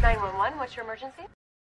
911, what's your emergency?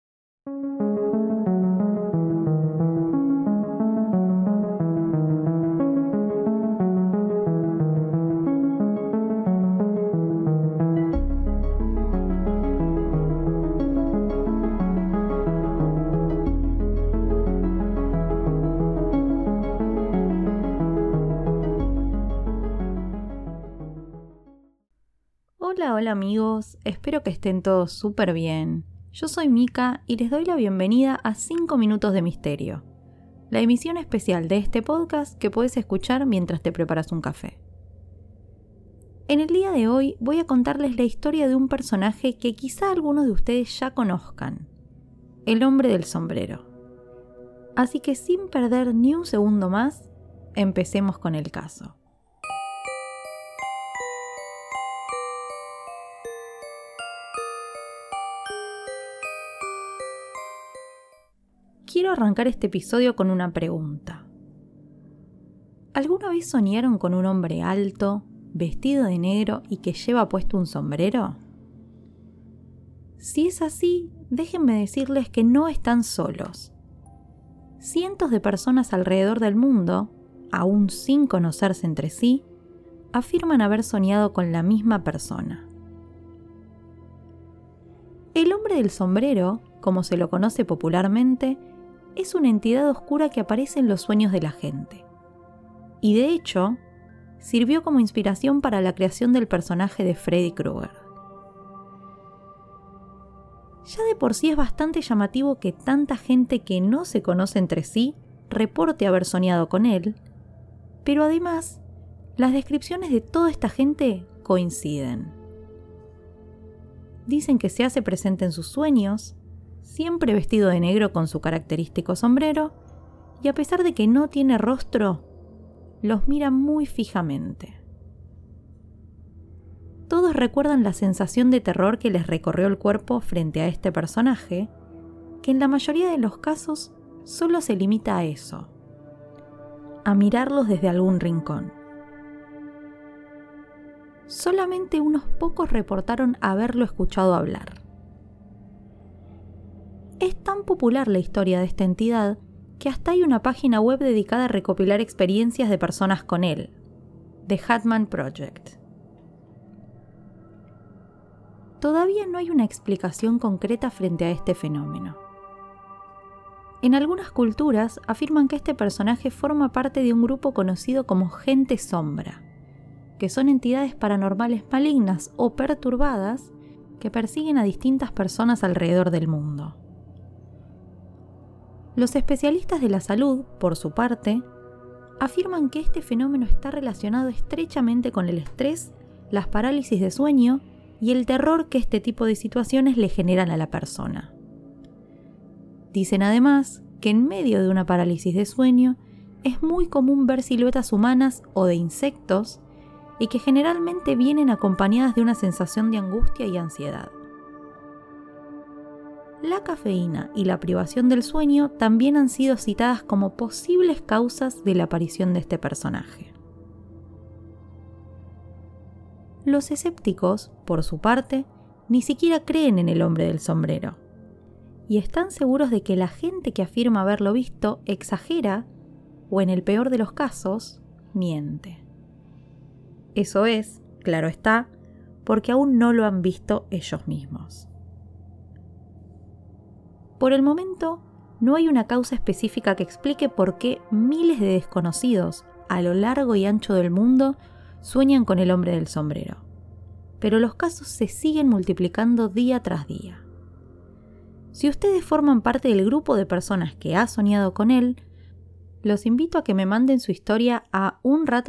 Hola amigos, espero que estén todos súper bien. Yo soy Mika y les doy la bienvenida a 5 Minutos de Misterio, la emisión especial de este podcast que puedes escuchar mientras te preparas un café. En el día de hoy voy a contarles la historia de un personaje que quizá algunos de ustedes ya conozcan, el hombre del sombrero. Así que sin perder ni un segundo más, empecemos con el caso. Quiero arrancar este episodio con una pregunta. ¿Alguna vez soñaron con un hombre alto, vestido de negro y que lleva puesto un sombrero? Si es así, déjenme decirles que no están solos. Cientos de personas alrededor del mundo, aún sin conocerse entre sí, afirman haber soñado con la misma persona. El hombre del sombrero, como se lo conoce popularmente, es una entidad oscura que aparece en los sueños de la gente. Y de hecho, sirvió como inspiración para la creación del personaje de Freddy Krueger. Ya de por sí es bastante llamativo que tanta gente que no se conoce entre sí reporte haber soñado con él, pero además, las descripciones de toda esta gente coinciden. Dicen que se hace presente en sus sueños, siempre vestido de negro con su característico sombrero, y a pesar de que no tiene rostro, los mira muy fijamente. Todos recuerdan la sensación de terror que les recorrió el cuerpo frente a este personaje, que en la mayoría de los casos solo se limita a eso, a mirarlos desde algún rincón. Solamente unos pocos reportaron haberlo escuchado hablar. Es tan popular la historia de esta entidad que hasta hay una página web dedicada a recopilar experiencias de personas con él, The Hatman Project. Todavía no hay una explicación concreta frente a este fenómeno. En algunas culturas afirman que este personaje forma parte de un grupo conocido como gente sombra, que son entidades paranormales malignas o perturbadas que persiguen a distintas personas alrededor del mundo. Los especialistas de la salud, por su parte, afirman que este fenómeno está relacionado estrechamente con el estrés, las parálisis de sueño y el terror que este tipo de situaciones le generan a la persona. Dicen además que en medio de una parálisis de sueño es muy común ver siluetas humanas o de insectos y que generalmente vienen acompañadas de una sensación de angustia y ansiedad. La cafeína y la privación del sueño también han sido citadas como posibles causas de la aparición de este personaje. Los escépticos, por su parte, ni siquiera creen en el hombre del sombrero, y están seguros de que la gente que afirma haberlo visto exagera o, en el peor de los casos, miente. Eso es, claro está, porque aún no lo han visto ellos mismos. Por el momento, no hay una causa específica que explique por qué miles de desconocidos a lo largo y ancho del mundo sueñan con el hombre del sombrero. Pero los casos se siguen multiplicando día tras día. Si ustedes forman parte del grupo de personas que ha soñado con él, los invito a que me manden su historia a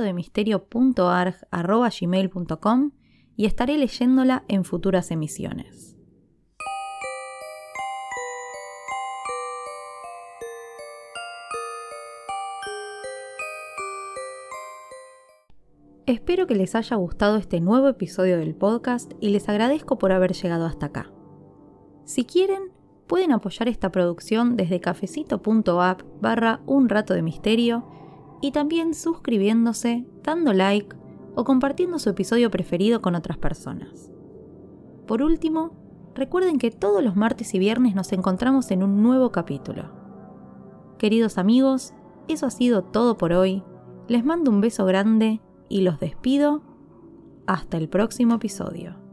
unratodemisterio.arg@gmail.com y estaré leyéndola en futuras emisiones. Espero que les haya gustado este nuevo episodio del podcast y les agradezco por haber llegado hasta acá. Si quieren, pueden apoyar esta producción desde cafecito.app/unratodemisterio y también suscribiéndose, dando like o compartiendo su episodio preferido con otras personas. Por último, Recuerden que todos los martes y viernes nos encontramos en un nuevo capítulo. Queridos amigos, eso ha sido todo por hoy. Les mando un beso grande y los despido. Hasta el próximo episodio.